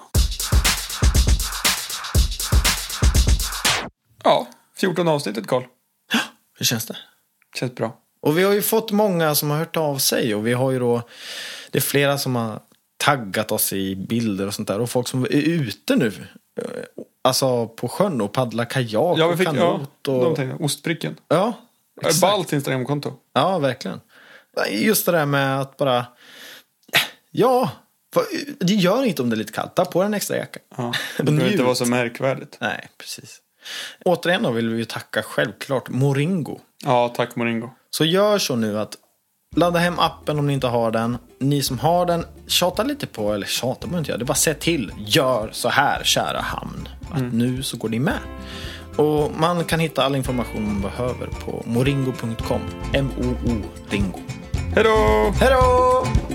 A: Ja, fjortonde avsnittet, Carl.
B: Ja, hur känns det?
A: Känns bra.
B: Och vi har ju fått många som har hört av sig. Och vi har ju då, det är flera som har taggat oss i bilder och sånt där. Och folk som är ute nu, alltså på sjön och paddlar kajak
A: ja, vi fick,
B: och kanot.
A: Ja,
B: och...
A: de tänkte, ostpricken.
B: Ja, exakt.
A: Ballt Instagramkonto.
B: Ja, verkligen. Just det där med att bara, ja, det gör inte om det är lite kallt. Ta på en extra jacka.
A: Ja, det behöver inte vara så märkvärdigt.
B: Nej, precis. Återigen då vill vi ju tacka självklart Moringo.
A: Ja, tack Moringo.
B: Så gör så nu att ladda hem appen om ni inte har den. Ni som har den, tjata lite på, eller tjata man inte göra, det är bara säg till. Gör så här, kära hamn. Att mm. nu så går ni med. Och man kan hitta all information man behöver på moringo punkt com. M O O Ringo.
A: Hej då!
B: Hej då!